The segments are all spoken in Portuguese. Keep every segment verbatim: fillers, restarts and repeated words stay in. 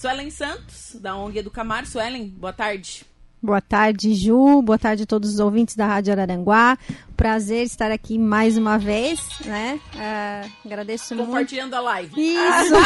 Suelen Santos, da O N G Educamar. Suelen, boa tarde. Boa tarde, Ju. Boa tarde a todos os ouvintes da Rádio Araranguá. Prazer estar aqui mais uma vez, né? Uh, agradeço muito. Compartilhando a live. Isso!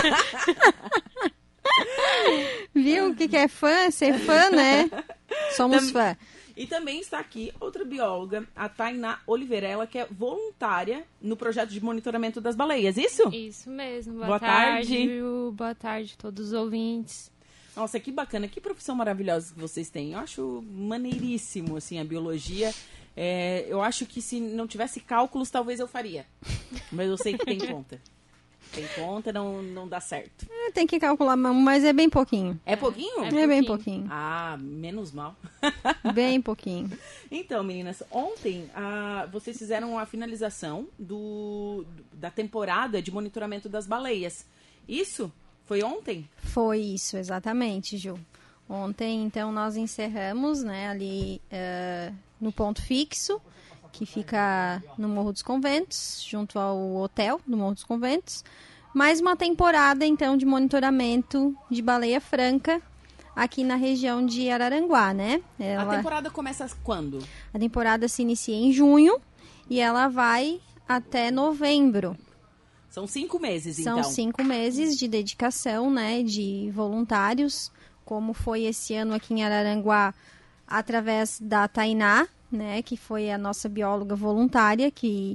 Viu o que, que é fã? Ser fã, né? Somos Tam... fã. E também está aqui outra bióloga, a Tainá Oliveira, ela que é voluntária no projeto de monitoramento das baleias, isso? Isso mesmo. Boa, Boa tarde, tarde. Ju. Boa tarde a todos os ouvintes. Nossa, que bacana, que profissão maravilhosa que vocês têm. Eu acho maneiríssimo, assim, a biologia. É, eu acho que se não tivesse cálculos, talvez eu faria. Mas eu sei que tem conta. Tem conta, não, não dá certo. É, tem que calcular, mas é bem pouquinho. É pouquinho? É, é bem pouquinho. Ah, menos mal. Bem pouquinho. Então, meninas, ontem ah, vocês fizeram a finalização do, da temporada de monitoramento das baleias. Isso? Foi ontem? Foi isso, exatamente, Ju. Ontem, então, nós encerramos, né, ali uh, no ponto fixo, que fica no Morro dos Conventos, junto ao hotel do Morro dos Conventos. Mais uma temporada, então, de monitoramento de baleia franca aqui na região de Araranguá, né? Ela... A temporada começa quando? A temporada se inicia em junho e ela vai até novembro. São cinco meses, São então. São cinco meses de dedicação, né, de voluntários, como foi esse ano aqui em Araranguá, através da Tainá, né, que foi a nossa bióloga voluntária, que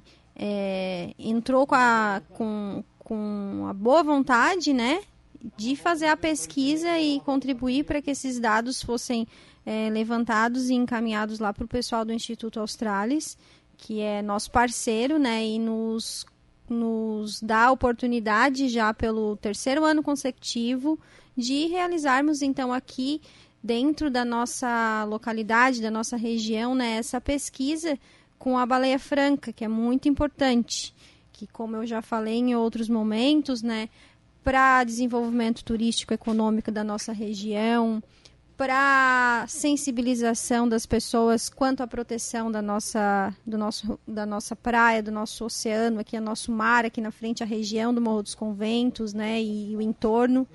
é, entrou com a, com, com a boa vontade, né, de fazer a pesquisa e contribuir para que esses dados fossem é, levantados e encaminhados lá para o pessoal do Instituto Australis, que é nosso parceiro, né, e nos nos dá a oportunidade já pelo terceiro ano consecutivo de realizarmos então aqui dentro da nossa localidade, da nossa região, né, essa pesquisa com a baleia franca, que é muito importante, que como eu já falei em outros momentos, né, para desenvolvimento turístico econômico da nossa região, para sensibilização das pessoas quanto à proteção da nossa, do nosso, da nossa praia, do nosso oceano, aqui é nosso mar, aqui na frente a região do Morro dos Conventos, né, e o entorno.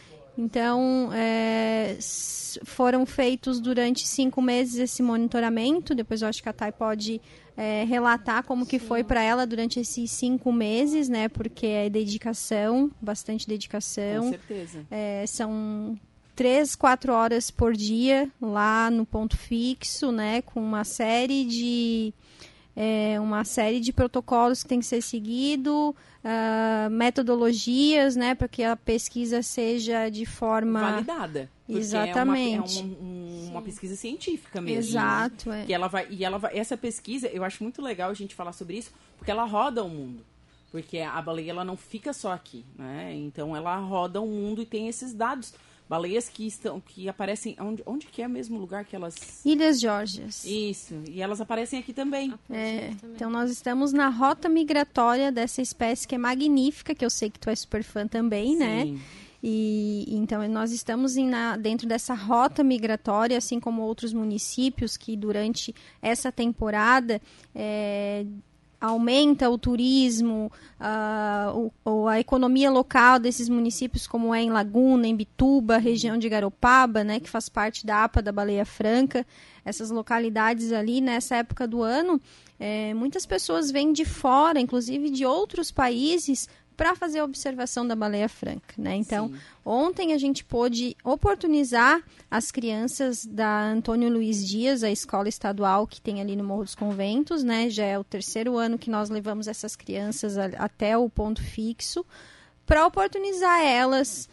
Então, é, foram feitos durante cinco meses esse monitoramento. Depois eu acho que a Thay pode é, relatar como que foi para ela durante esses cinco meses, né, porque é dedicação, bastante dedicação. Com certeza. É, são três, quatro horas por dia lá no ponto fixo, né, com uma série de é, uma série de protocolos que tem que ser seguido, uh, metodologias, né, para que a pesquisa seja de forma validada. Exatamente. É uma, é uma, uma pesquisa científica mesmo. Exato. Né? É. Que ela vai, e ela vai, essa pesquisa, eu acho muito legal a gente falar sobre isso, porque ela roda o mundo. Porque a baleia ela não fica só aqui, né? Então ela roda o mundo e tem esses dados. Baleias que estão, que aparecem, onde, onde que é o mesmo lugar que elas... Ilhas Geórgias. Isso, e elas aparecem aqui também. É, então nós estamos na rota migratória dessa espécie que é magnífica, que eu sei que tu é super fã também, Sim. né? E então nós estamos em, na, dentro dessa rota migratória, assim como outros municípios que durante essa temporada... É, aumenta o turismo, uh, o, a economia local desses municípios, como é em Laguna, em Bituba, região de Garopaba, né, que faz parte da A P A da Baleia Franca. Essas localidades ali, nessa época do ano, é, muitas pessoas vêm de fora, inclusive de outros países, para fazer a observação da baleia franca, né? Então, sim, ontem a gente pôde oportunizar as crianças da Antônio Luiz Dias, a escola estadual que tem ali no Morro dos Conventos, né? Já é o terceiro ano que nós levamos essas crianças a, até o ponto fixo, para oportunizar elas,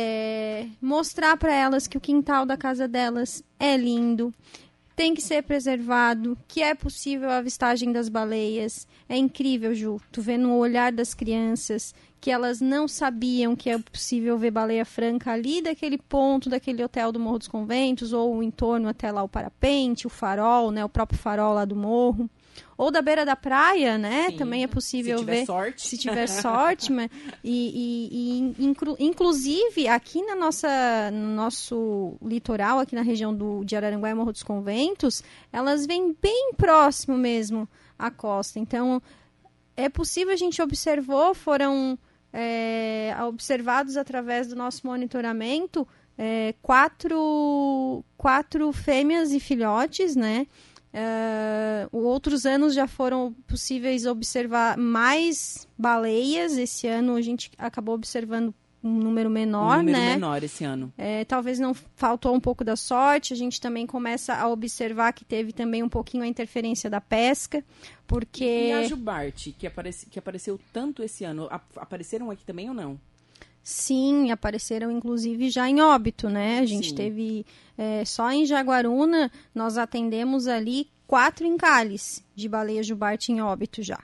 é, mostrar para elas que o quintal da casa delas é lindo, tem que ser preservado, que é possível a avistagem das baleias. É incrível, Ju, tu vê no olhar das crianças que elas não sabiam que é possível ver baleia franca ali daquele ponto, daquele hotel do Morro dos Conventos, ou o entorno até lá o parapente, o farol, né, o próprio farol lá do morro. Ou da beira da praia, né? Sim, também é possível se tiver ver. Sorte. Se tiver sorte. Mas, e, e, e inclu, inclusive, aqui na nossa, no nosso litoral, aqui na região do, de Araranguá e Morro dos Conventos, elas vêm bem próximo mesmo à costa. Então, é possível, a gente observou, foram é, observados através do nosso monitoramento, é, quatro, quatro fêmeas e filhotes, né? É, outros anos já foram possíveis observar mais baleias. Esse ano a gente acabou observando um número menor, um número né? menor esse ano. É, talvez não faltou um pouco da sorte. A gente também começa a observar que teve também um pouquinho a interferência da pesca, porque... E a jubarte, que, apareci, que apareceu tanto esse ano, a, apareceram aqui também ou não? Sim, apareceram inclusive já em Óbito, né? A gente Sim. teve, é, só em Jaguaruna, nós atendemos ali quatro encalhes de baleia jubarte em Óbito já.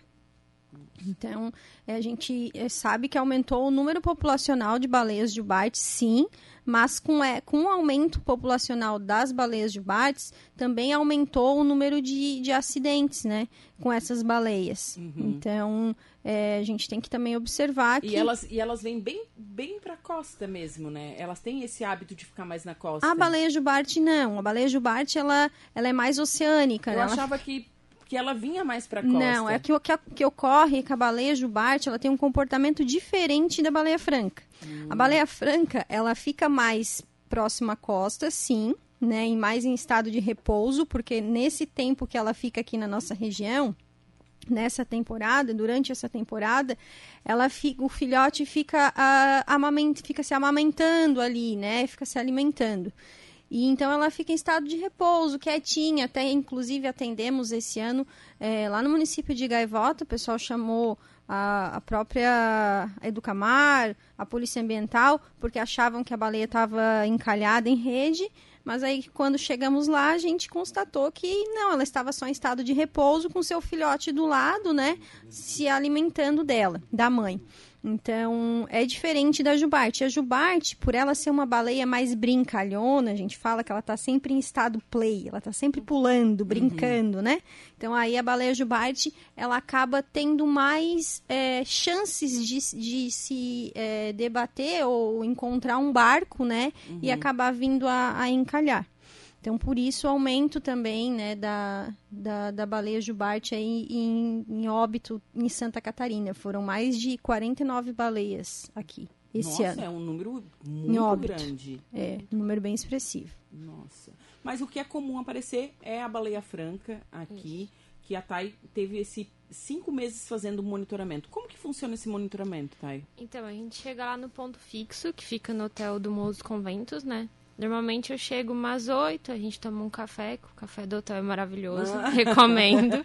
Então, a gente sabe que aumentou o número populacional de baleias jubartes, sim, mas com, é, com o aumento populacional das baleias jubartes, também aumentou o número de, de acidentes, né, com essas baleias. Uhum. Então, é, a gente tem que também observar que... E elas, e elas vêm bem, bem para a costa mesmo, né? Elas têm esse hábito de ficar mais na costa. A baleia jubarte, não. A baleia jubarte, ela, ela é mais oceânica. Eu né? achava ela... que... que ela vinha mais para a costa. Não, é que o que, que ocorre é que a baleia jubarte, ela tem um comportamento diferente da baleia franca. Hum. A baleia franca, ela fica mais próxima à costa, sim, né, e mais em estado de repouso, porque nesse tempo que ela fica aqui na nossa região, nessa temporada, durante essa temporada, ela fica, o filhote fica, a, amament, fica se amamentando ali, né, fica se alimentando. E então ela fica em estado de repouso, quietinha. Até inclusive atendemos esse ano é, lá no município de Gaivota, o pessoal chamou a, a própria Educamar, a Polícia Ambiental, porque achavam que a baleia estava encalhada em rede, mas aí quando chegamos lá a gente constatou que não, ela estava só em estado de repouso com seu filhote do lado, né, se alimentando dela, da mãe. Então, é diferente da jubarte. A jubarte, por ela ser uma baleia mais brincalhona, a gente fala que ela está sempre em estado play, ela está sempre pulando, brincando, uhum. né? Então, aí a baleia jubarte, ela acaba tendo mais é, chances de, de se é, debater ou encontrar um barco, né? Uhum. E acabar vindo a, a encalhar. Então, por isso, o aumento também, né, da, da, da baleia jubarte aí em, em Óbito, em Santa Catarina. Foram mais de quarenta e nove baleias aqui, esse Nossa, ano. Nossa, é um número muito grande. É, um número bem expressivo. Nossa. Mas o que é comum aparecer é a baleia franca aqui, isso. que a Thay teve esse cinco meses fazendo monitoramento. Como que funciona esse monitoramento, Thay? Então, a gente chega lá no ponto fixo, que fica no hotel do Morro dos Conventos, né? Normalmente eu chego umas oito, a gente toma um café, que o café do hotel é maravilhoso, ah. recomendo.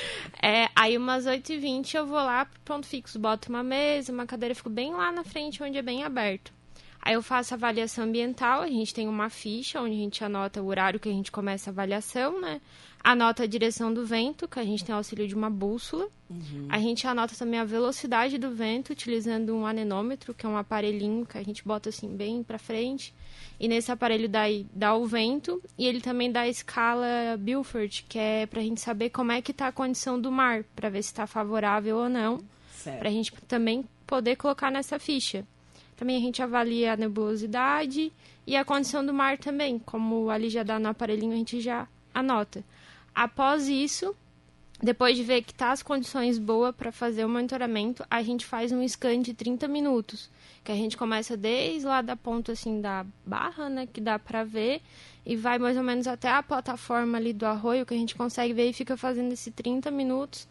É, aí umas oito e vinte eu vou lá pro ponto fixo, boto uma mesa, uma cadeira, fico bem lá na frente, onde é bem aberto. Aí eu faço a avaliação ambiental, a gente tem uma ficha onde a gente anota o horário que a gente começa a avaliação, né? Anota a direção do vento, que a gente tem auxílio de uma bússola. Uhum. A gente anota também a velocidade do vento, utilizando um anemômetro, que é um aparelhinho que a gente bota assim bem pra frente. E nesse aparelho dá, dá o vento, e ele também dá a escala Beaufort, que é pra gente saber como é que tá a condição do mar, pra ver se tá favorável ou não. Certo. Pra gente também poder colocar nessa ficha. Também a gente avalia a nebulosidade e a condição do mar também, como ali já dá no aparelhinho, a gente já anota. Após isso, depois de ver que tá as condições boas para fazer o monitoramento, a gente faz um scan de trinta minutos, que a gente começa desde lá da ponta assim da barra, né, que dá para ver, e vai mais ou menos até a plataforma ali do arroio, que a gente consegue ver e fica fazendo esses trinta minutos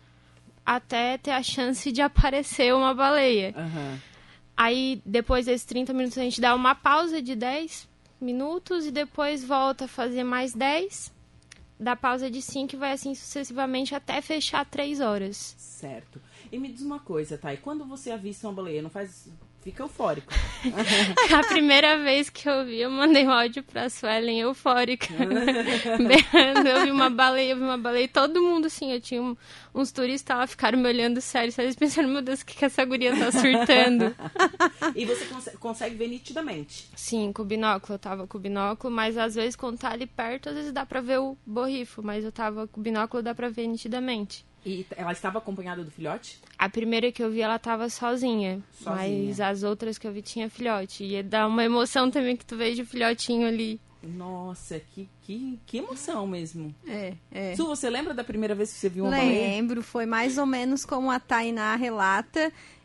até ter a chance de aparecer uma baleia. Uhum. Aí, depois desses trinta minutos, a gente dá uma pausa de dez minutos e depois volta a fazer mais dez. Da pausa de cinco e vai assim sucessivamente até fechar três horas. Certo. E me diz uma coisa, Thay, quando você avista uma baleia, não faz... Fica eufórico. A primeira vez que eu vi, eu mandei um áudio pra Suelen eufórica. Berrando, eu vi uma baleia, eu vi uma baleia. E todo mundo, assim, eu tinha um, uns turistas lá, ficaram me olhando sério. Eles pensaram, meu Deus, o que, que essa guria tá surtando? E você cons- consegue ver nitidamente? Sim, com o binóculo. Eu tava com o binóculo, mas às vezes quando tá ali perto, às vezes dá pra ver o borrifo. Mas eu tava com o binóculo, dá pra ver nitidamente. E ela estava acompanhada do filhote? A primeira que eu vi, ela estava sozinha, sozinha. Mas as outras que eu vi tinha filhote. E dá uma emoção também que tu veja o filhotinho ali. Nossa, que, que, que emoção mesmo. É, é. Su, você lembra da primeira vez que você viu uma Lembro, baleia? Lembro, foi mais ou menos como a Tainá relata.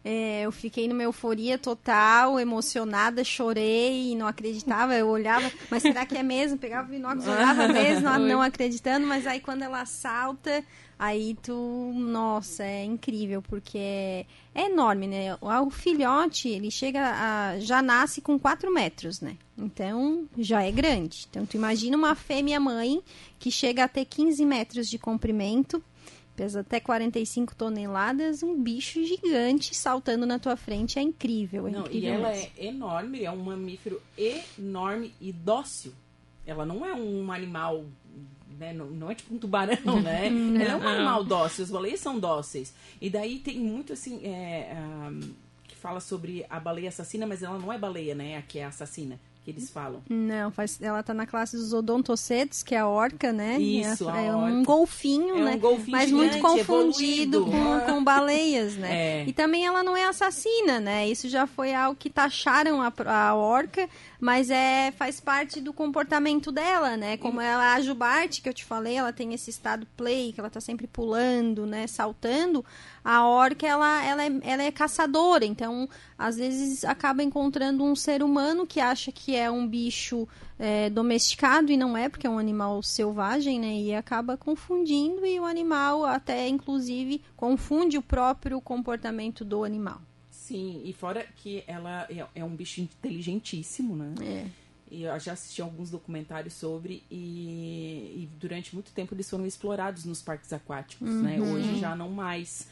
É, eu fiquei numa euforia total, emocionada, chorei, não acreditava, eu olhava, mas será que é mesmo? Pegava o binóculo, olhava mesmo, não, não acreditando, mas aí quando ela salta, aí tu, nossa, é incrível, porque é, é enorme, né? O filhote, ele chega a, já nasce com quatro metros, né? Então, já é grande. Então, tu imagina uma fêmea-mãe que chega a ter quinze metros de comprimento, pesa até quarenta e cinco toneladas, um bicho gigante saltando na tua frente. É incrível, é não, incrível. E ela mesmo. é enorme, é um mamífero enorme e dócil. Ela não é um animal, né, não, não é tipo um tubarão, né? Não. Ela é um animal dócil, as baleias são dóceis. E daí tem muito assim, é, um, que fala sobre a baleia assassina, mas ela não é baleia, né? A que é assassina. Que eles falam. Não, faz, ela tá na classe dos odontocetos, que é a orca, né? Isso, é, a é orca. um golfinho, é né? Um golfinho mas gigante, muito confundido com, com baleias, né? É. E também ela não é assassina, né? Isso já foi algo que taxaram a, a orca, mas é, faz parte do comportamento dela, né? Como ela, a jubarte, que eu te falei, ela tem esse estado play, que ela tá sempre pulando, né? Saltando. A orca, ela, ela, é, ela é caçadora, então, às vezes, acaba encontrando um ser humano que acha que é um bicho é, domesticado, e não é, porque é um animal selvagem, né? E acaba confundindo, e o animal até, inclusive, confunde o próprio comportamento do animal. Sim, e fora que ela é, é um bicho inteligentíssimo, né? É. E eu já assisti alguns documentários sobre, e, e durante muito tempo eles foram explorados nos parques aquáticos, uhum. né? Hoje já não mais.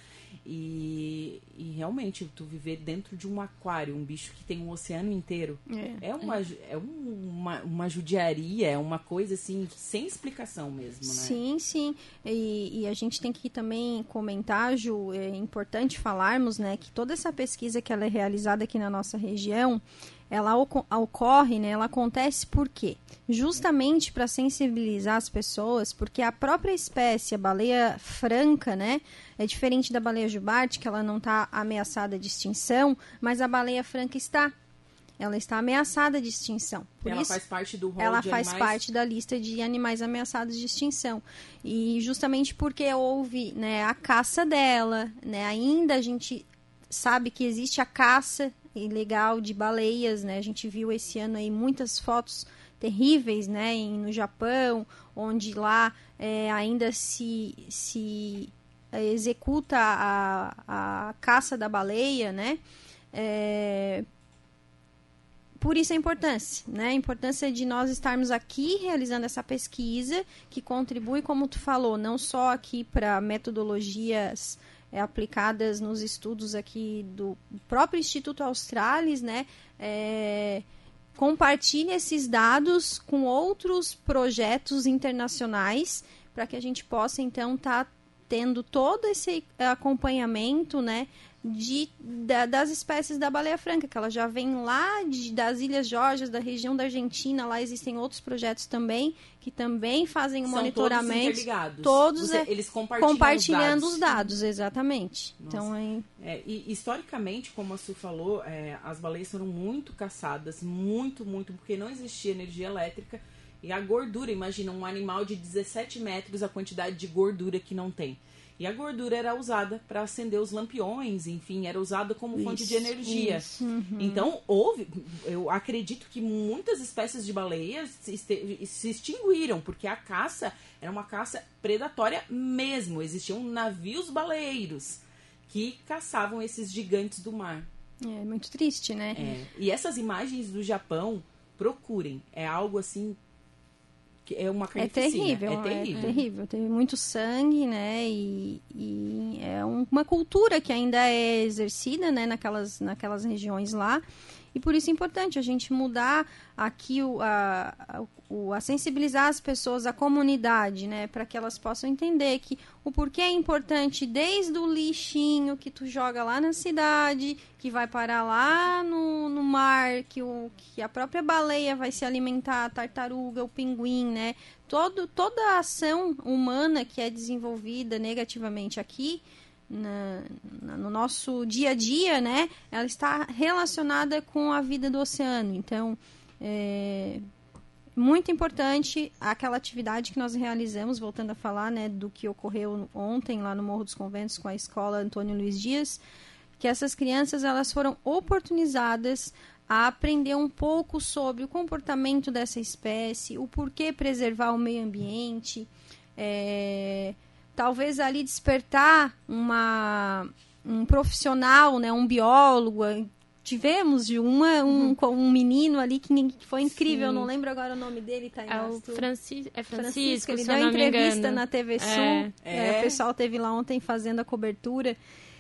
E, e realmente, tu viver dentro de um aquário, um bicho que tem um oceano inteiro, é, é, uma, é uma, uma judiaria, é uma coisa assim, sem explicação mesmo, né? Sim, sim. E, e a gente tem que também comentar, Ju, é importante falarmos, né, que toda essa pesquisa que ela é realizada aqui na nossa região, ela ocorre, né, ela acontece por quê? Justamente para sensibilizar as pessoas, porque a própria espécie, a baleia franca, né, é diferente da baleia jubarte, que ela não está ameaçada de extinção, mas a baleia franca está. Ela está ameaçada de extinção. Por ela isso, faz parte do rol ela de faz animais... parte da lista de animais ameaçados de extinção. E justamente porque houve, né, a caça dela, né, ainda a gente sabe que existe a caça ilegal de baleias, né? A gente viu esse ano aí muitas fotos terríveis, né, em, no Japão, onde lá é, ainda se, se executa a, a caça da baleia, né? É, por isso a importância, né? A importância de nós estarmos aqui realizando essa pesquisa, que contribui, como tu falou, não só aqui para metodologias é, aplicadas nos estudos aqui do próprio Instituto Australis, né? É, compartilhe esses dados com outros projetos internacionais para que a gente possa, então, estar tá tendo todo esse acompanhamento, né, de, da, das espécies da baleia franca, que ela já vem lá de, das Ilhas Geórgias, da região da Argentina. Lá existem outros projetos também, que também fazem o monitoramento. Todos interligados. Todos Você, é, eles compartilham compartilhando os dados. os dados, exatamente. Nossa. Então, é... É, e historicamente, como a Su falou, é, as baleias foram muito caçadas, muito, muito, porque não existia energia elétrica. E a gordura, imagina um animal de dezessete metros, a quantidade de gordura que não tem. E a gordura era usada para acender os lampiões, enfim, era usada como fonte isso, de energia. Isso, uhum. Então, houve, eu acredito que muitas espécies de baleias se, se extinguiram, porque a caça era uma caça predatória mesmo. Existiam navios baleeiros que caçavam esses gigantes do mar. É muito triste, né? É. E essas imagens do Japão, procurem, é algo assim... É uma é terrível, é terrível. É terrível. Teve muito sangue, né? E, e é um, uma cultura que ainda é exercida, né? Naquelas, naquelas regiões lá. E por isso é importante a gente mudar aqui, o, a, a, o, a sensibilizar as pessoas, a comunidade, né? Para que elas possam entender que o porquê é importante, desde o lixinho que tu joga lá na cidade, que vai parar lá no, no mar, que, o, que a própria baleia vai se alimentar, a tartaruga, o pinguim, né? Todo, toda a ação humana que é desenvolvida negativamente aqui, Na, na, no nosso dia a dia, né, ela está relacionada com a vida do oceano. Então, é muito importante aquela atividade que nós realizamos, voltando a falar, né, do que ocorreu ontem lá no Morro dos Conventos com a escola Antônio Luiz Dias. que essas crianças elas foram oportunizadas a aprender um pouco sobre o comportamento dessa espécie, o porquê preservar o meio ambiente, é, talvez ali despertar uma, um profissional, né, um biólogo. Tivemos de uma, um, uhum. um menino ali que foi incrível, Sim. não lembro agora o nome dele, tá? É o Francis, é Francisco, Francisco, ele se deu eu não me entrevista engano. na T V Sul, é. É, o pessoal esteve lá ontem fazendo a cobertura.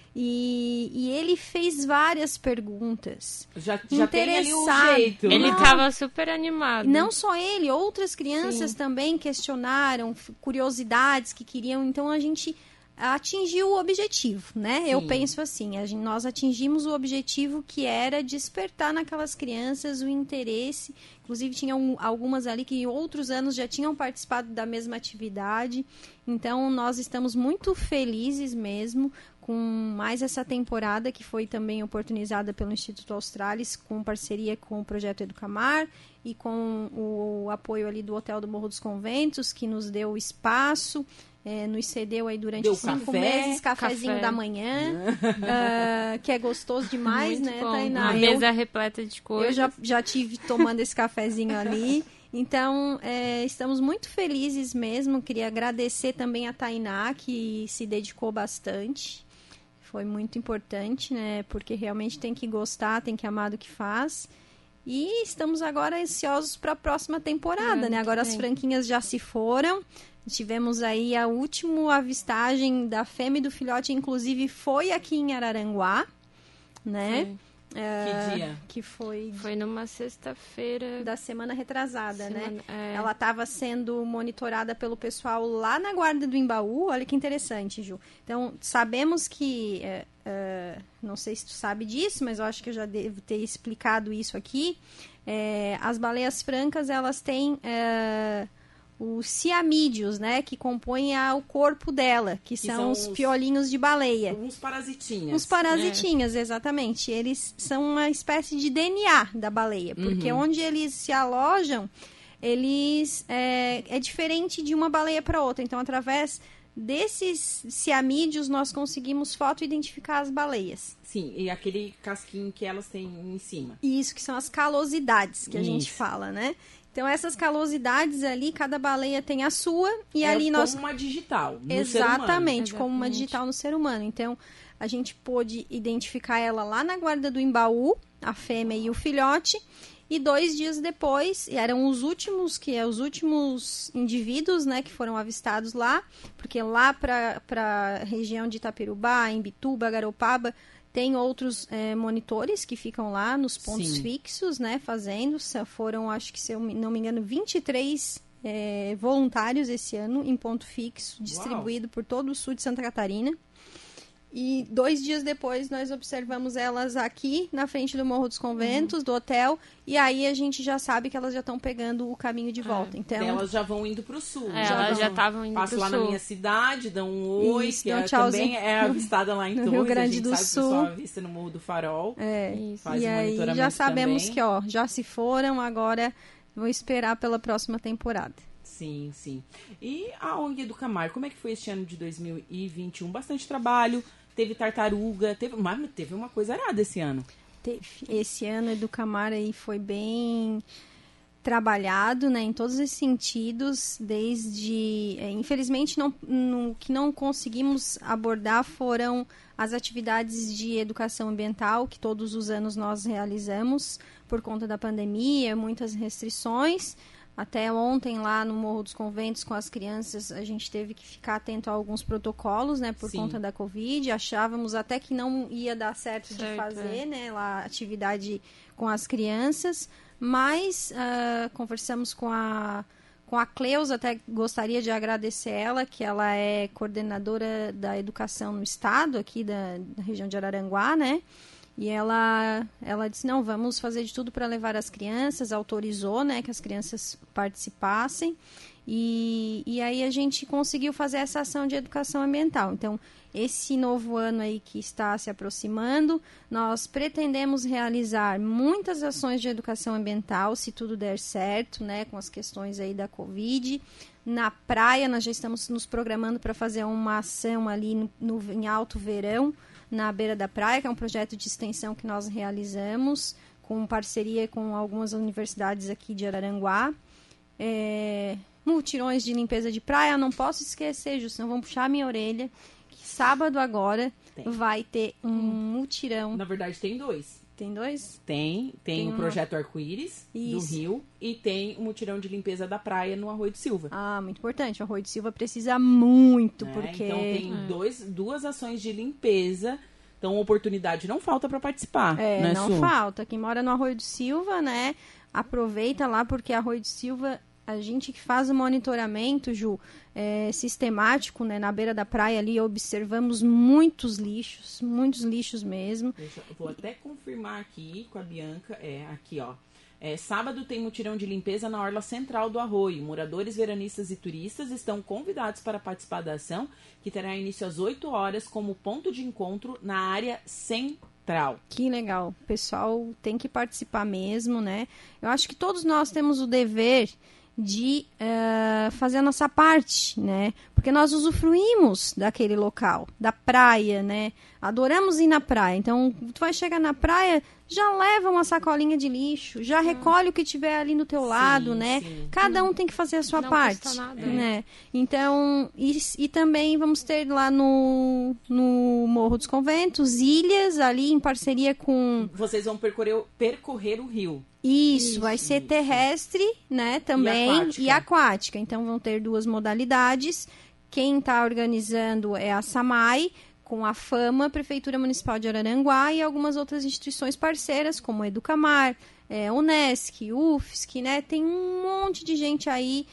E, e ele fez várias perguntas. Já, já tem ali o jeito. Ele estava super animado. Não só ele, outras crianças Sim. também questionaram, curiosidades que queriam. Então, a gente atingiu o objetivo, né? Sim. Eu penso assim, a gente, nós atingimos o objetivo que era despertar naquelas crianças o interesse. Inclusive, tinham algumas ali que em outros anos já tinham participado da mesma atividade. Então, nós estamos muito felizes mesmo com mais essa temporada, que foi também oportunizada pelo Instituto Australis, com parceria com o Projeto Educamar e com o apoio ali do Hotel do Morro dos Conventos, que nos deu espaço, é, nos cedeu aí durante deu cinco café, meses, cafezinho café. da manhã, uh, que é gostoso demais, Muito né, bom. Tainá? Uma Eu- mesa repleta de coisas. Eu já, já tive tomando esse cafezinho ali. Então, é, estamos muito felizes mesmo. Queria agradecer também a Tainá, que se dedicou bastante. Foi muito importante, né? Porque realmente tem que gostar, tem que amar do que faz. E estamos agora ansiosos para a próxima temporada, É, né? Agora muito as bem. franquinhas já se foram. Tivemos aí a última avistagem da fêmea e do filhote, inclusive foi aqui em Araranguá, né? Foi. É, Que dia? Que foi Foi numa sexta-feira. da semana retrasada, né? semana- é. Ela estava sendo monitorada pelo pessoal lá na Guarda do Embaú. Olha que interessante, Ju. Então, sabemos que... é, é, não sei se tu sabe disso, mas eu acho que eu já devo ter explicado isso aqui. É, as baleias francas, elas têm... é, os ciamídeos, né? Que compõem a- o corpo dela, que, Que são, são os os- piolinhos de baleia. Uns parasitinhas. Os parasitinhas, exatamente. Eles são uma espécie de D N A da baleia, porque Uhum. onde eles se alojam, eles é, é diferente de uma baleia para outra. Então, através desses ciamídeos, nós conseguimos foto-identificar as baleias. Sim, e aquele casquinho que elas têm em cima. E isso que são as calosidades que a gente Isso. fala, né? Então, essas calosidades ali, cada baleia tem a sua, e é ali como nós uma digital. No Exatamente, ser humano. como uma Exatamente. digital no ser humano. Então, a gente pôde identificar ela lá na Guarda do Embaú, a fêmea e o filhote, e dois dias depois, e eram os últimos, que é os últimos indivíduos, né, que foram avistados lá, porque lá para a região de Itapirubá, Imbituba, Garopaba, tem outros é, monitores que ficam lá nos pontos Sim. fixos, né, fazendo. Foram, acho que se eu não me engano, vinte e três é, voluntários esse ano em ponto fixo, distribuído por todo o sul de Santa Catarina. E dois dias depois nós observamos elas aqui na frente do Morro dos Conventos, do hotel, e aí a gente já sabe que elas já estão pegando o caminho de volta. Então, Elas já vão indo pro sul. É, já elas vão- já estavam indo Passam pro lá sul. na minha cidade, dão um oi, Isso, que dão é, um tchauzinho. também é avistada lá em No Torres. Rio Grande a gente do sabe, Sul. o pessoal avista no Morro do Farol. é, Isso. Faz e o aí monitoramento já sabemos também. que, ó, já se foram, agora vou esperar pela próxima temporada. Sim, sim. E a O N G Educamar, como é que foi este ano de dois mil e vinte e um? Bastante trabalho, teve tartaruga, teve, mas teve uma coisa arada esse ano. Teve. Esse ano, Educamar aí foi bem trabalhado, né, em todos os sentidos, desde, é, infelizmente, não, no, que não conseguimos abordar foram as atividades de educação ambiental, que todos os anos nós realizamos, por conta da pandemia, muitas restrições. Até ontem, lá no Morro dos Conventos, com as crianças, a gente teve que ficar atento a alguns protocolos, né, por Sim. conta da Covid. Achávamos até que não ia dar certo, de Certo, fazer, é. né, lá, atividade com as crianças. Mas ah, conversamos com a, com a Cleusa, até gostaria de agradecer ela, que ela é coordenadora da educação no estado, aqui da, da região de Araranguá, né? E ela, ela disse, não, vamos fazer de tudo para levar as crianças, autorizou, né, que as crianças participassem. E, e aí a gente conseguiu fazer essa ação de educação ambiental. Então, esse novo ano aí que está se aproximando, nós pretendemos realizar muitas ações de educação ambiental, se tudo der certo, né, com as questões aí da Covid. Na praia, nós já estamos nos programando para fazer uma ação ali no, no, em alto verão, na beira da praia, que é um projeto de extensão que nós realizamos com parceria com algumas universidades aqui de Araranguá. É, mutirões de limpeza de praia, não posso esquecer, Ju, senão vão puxar a minha orelha, que sábado agora tem. vai ter um mutirão. Na verdade, tem dois. Tem dois? Tem. Tem, tem o uma... Projeto Arco-Íris, do Rio, e tem o mutirão de limpeza da praia no Arroio do Silva. Ah, muito importante. O Arroio do Silva precisa muito, é, porque... Então, tem é. dois, duas ações de limpeza. Então, oportunidade não falta para participar. É, né, não Su? falta. Quem mora no Arroio do Silva, né, aproveita lá, porque Arroio do Silva, a gente que faz o monitoramento, Ju, é, sistemático, né, na beira da praia ali, observamos muitos lixos, muitos lixos mesmo. Deixa, eu vou até confirmar aqui com a Bianca, é, aqui, ó. É, sábado tem mutirão de limpeza na orla central do Arroio. Moradores, veranistas e turistas estão convidados para participar da ação, que terá início às oito horas como ponto de encontro na área central. Que legal. O pessoal tem que participar mesmo, né? Eu acho que todos nós temos o dever de uh, fazer a nossa parte, né? Porque nós usufruímos daquele local, da praia, né? Adoramos ir na praia. Então, tu vai chegar na praia, já leva uma sacolinha de lixo, já hum. recolhe o que tiver ali no teu sim, lado, né? Sim. Cada um tem que fazer a sua Não parte, custa nada, né? É. Então, e, e também vamos ter lá no, no Morro dos Conventos, ilhas ali em parceria com... Vocês vão percorrer, percorrer o rio. Isso, isso, vai ser isso. terrestre, né, também, e aquática. e aquática. Então, vão ter duas modalidades. Quem está organizando é a SAMAI, com a FAMA, Prefeitura Municipal de Araranguá, e algumas outras instituições parceiras, como a Educamar, é, Unesc, U F S C, né? Tem um monte de gente aí,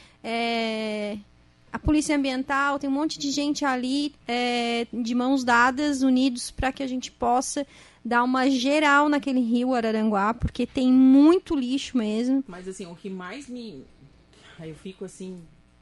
é, a Polícia Ambiental, tem um monte de gente ali é, de mãos dadas, unidos, para que a gente possa dar uma geral naquele rio Araranguá, porque tem muito lixo mesmo. Mas, assim, o que mais me... Aí eu fico, assim...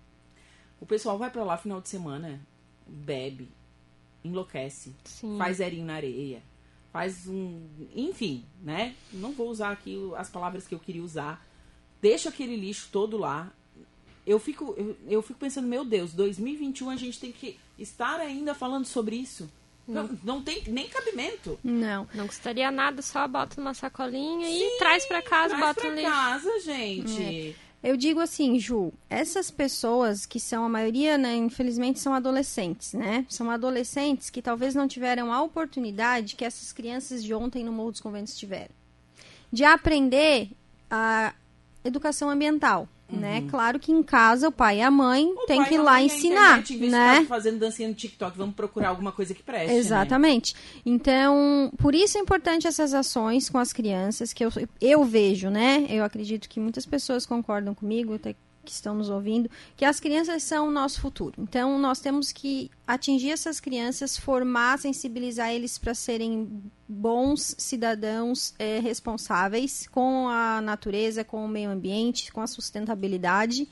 O pessoal vai pra lá final de semana, bebe, enlouquece, Sim. faz zerinho na areia, faz um... Enfim, né? Não vou usar aqui as palavras que eu queria usar. Deixa aquele lixo todo lá. Eu fico, eu, eu fico pensando, meu Deus, dois mil e vinte e um a gente tem que estar ainda falando sobre isso. Não, não tem nem cabimento. Não. Não custaria nada, só bota numa sacolinha Sim, e traz pra casa, traz bota pra no lixo. casa, gente. É. Eu digo assim, Ju, essas pessoas que são, a maioria, né, infelizmente, são adolescentes, né? São adolescentes que talvez não tiveram a oportunidade que essas crianças de ontem no Morro dos Conventos tiveram. De aprender a educação ambiental. Uhum. Né? Claro que em casa o pai e a mãe o tem que ir lá ensinar, internet, né? Tá fazendo dancinha no TikTok, vamos procurar alguma coisa que preste. Exatamente. Né? Então, por isso é importante essas ações com as crianças que eu, eu vejo, né? Eu acredito que muitas pessoas concordam comigo, até que estão nos ouvindo, que as crianças são o nosso futuro. Então, nós temos que atingir essas crianças, formar, sensibilizar eles para serem bons cidadãos é, responsáveis com a natureza, com o meio ambiente, com a sustentabilidade.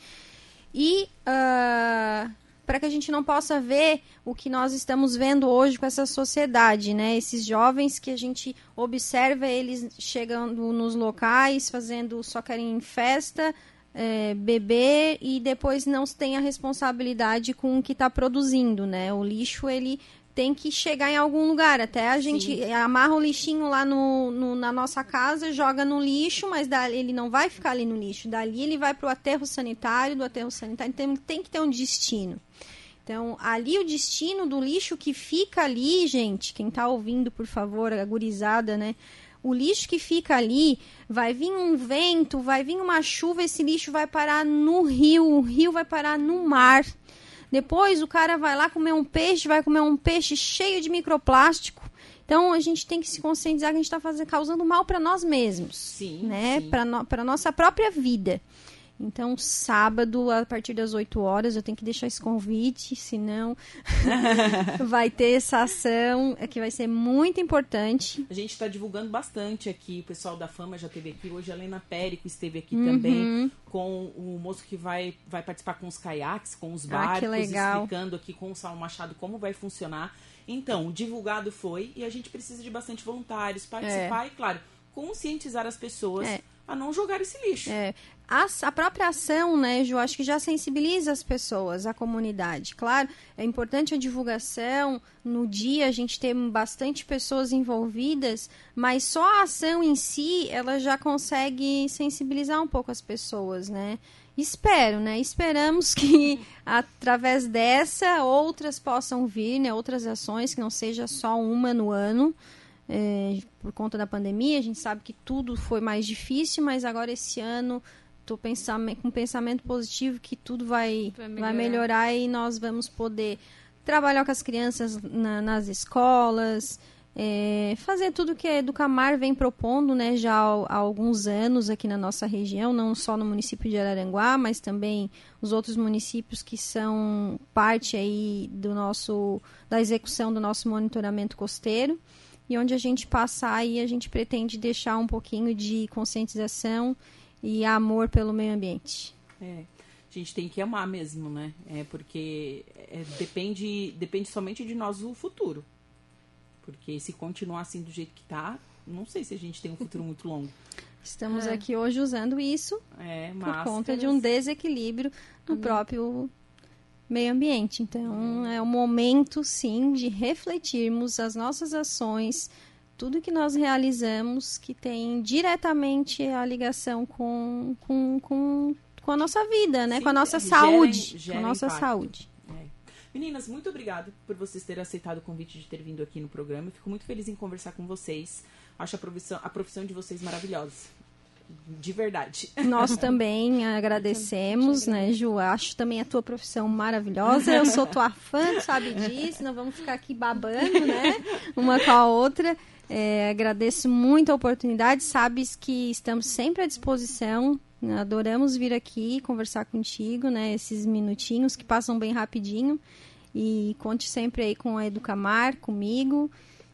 E uh, para que a gente não possa ver o que nós estamos vendo hoje com essa sociedade, né? Esses jovens que a gente observa, eles chegando nos locais, fazendo, só querem festa, É, beber e depois não tem a responsabilidade com o que está produzindo, né? O lixo, ele tem que chegar em algum lugar. Até a gente Sim. amarra o lixinho lá no, no, na nossa casa, joga no lixo, mas dali, ele não vai ficar ali no lixo. Dali ele vai para o aterro sanitário, do aterro sanitário tem, tem que ter um destino. Então, ali o destino do lixo que fica ali, gente, quem está ouvindo, por favor, a gurizada, né? O lixo que fica ali, vai vir um vento, vai vir uma chuva, esse lixo vai parar no rio, o rio vai parar no mar. Depois o cara vai lá comer um peixe, vai comer um peixe cheio de microplástico. Então a gente tem que se conscientizar que a gente está causando mal para nós mesmos, sim, né? sim. Para no, para nossa própria vida. Então, sábado, a partir das oito horas, eu tenho que deixar esse convite, senão vai ter essa ação que vai ser muito importante. A gente está divulgando bastante aqui, o pessoal da Fama já esteve aqui, hoje a Helena Périco esteve aqui uhum. também, com o moço que vai, vai participar com os caiaques, com os barcos, ah, que legal. explicando aqui com o Saulo Machado como vai funcionar. Então, o divulgado foi, e a gente precisa de bastante voluntários, participar é. e, claro, conscientizar as pessoas... É. a não jogar esse lixo. É, a, a própria ação, né, Ju, acho que já sensibiliza as pessoas, a comunidade. Claro, é importante a divulgação, no dia a gente ter bastante pessoas envolvidas, mas só a ação em si, ela já consegue sensibilizar um pouco as pessoas, né? Espero, né? Esperamos que através dessa outras possam vir, né? Outras ações, que não seja só uma no ano, é, por conta da pandemia. A gente sabe que tudo foi mais difícil, mas agora esse ano estou com um pensamento positivo que tudo vai, vai, melhorar. vai melhorar e nós vamos poder trabalhar com as crianças na, nas escolas, É, fazer tudo que a Educamar vem propondo, né, já há, há alguns anos aqui na nossa região, não só no município de Araranguá, mas também os outros municípios que são parte aí do nosso, da execução do nosso monitoramento costeiro, e onde a gente passar aí, a gente pretende deixar um pouquinho de conscientização e amor pelo meio ambiente. É, a gente tem que amar mesmo, né, é, porque é, depende, depende somente de nós o futuro. Porque se continuar assim do jeito que tá, não sei se a gente tem um futuro muito longo. Estamos é. aqui hoje usando isso é, por conta de um desequilíbrio no uhum. próprio meio ambiente. Então, uhum. é o momento, sim, de refletirmos as nossas ações, tudo que nós realizamos que tem diretamente a ligação com, com, com, com a nossa vida, né? Sim, com a nossa gera, saúde. Gera com a nossa impacto. saúde. Meninas, muito obrigada por vocês terem aceitado o convite de ter vindo aqui no programa. Eu fico muito feliz em conversar com vocês. Acho a profissão, a profissão de vocês maravilhosa. De verdade. Nós também agradecemos, né, Ju? Acho também a tua profissão maravilhosa. Eu sou tua fã, tu sabe disso. Nós vamos ficar aqui babando, né? Uma com a outra. É, agradeço muito a oportunidade. Sabes que estamos sempre à disposição. Adoramos vir aqui conversar contigo, né? Esses minutinhos que passam bem rapidinho. E conte sempre aí com a Educamar, comigo.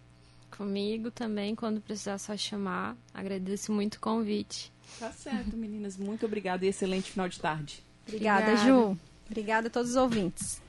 Comigo também, quando precisar, só chamar. Agradeço muito o convite. Tá certo, meninas. Muito obrigada e excelente final de tarde. Obrigada, Obrigada. Ju. Obrigada a todos os ouvintes.